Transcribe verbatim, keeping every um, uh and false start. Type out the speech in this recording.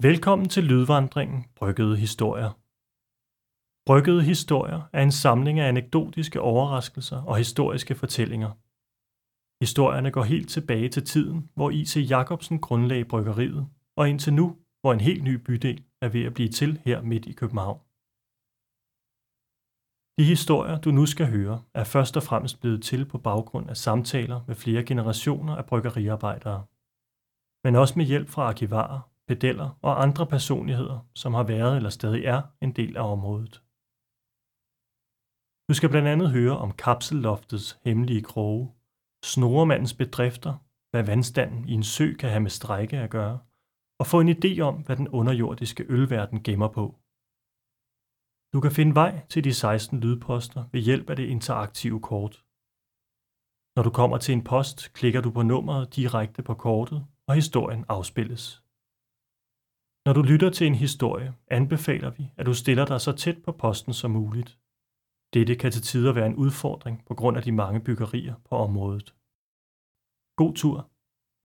Velkommen til Lydvandringen Bryggede Historier. Bryggede Historier er en samling af anekdotiske overraskelser og historiske fortællinger. Historierne går helt tilbage til tiden, hvor I C Jacobsen grundlagde bryggeriet, og indtil nu, hvor en helt ny bydel er ved at blive til her midt i København. De historier, du nu skal høre, er først og fremmest blevet til på baggrund af samtaler med flere generationer af bryggeriarbejdere, men også med hjælp fra arkivarer, pedeller og andre personligheder, som har været eller stadig er en del af området. Du skal blandt andet høre om kapselloftets hemmelige kroge, snoremandens bedrifter, hvad vandstanden i en sø kan have med strejke at gøre, og få en idé om, hvad den underjordiske ølverden gemmer på. Du kan finde vej til de seksten lydposter ved hjælp af det interaktive kort. Når du kommer til en post, klikker du på nummeret direkte på kortet, og historien afspilles. Når du lytter til en historie, anbefaler vi, at du stiller dig så tæt på posten som muligt. Dette kan til tider være en udfordring på grund af de mange byggerier på området. God tur!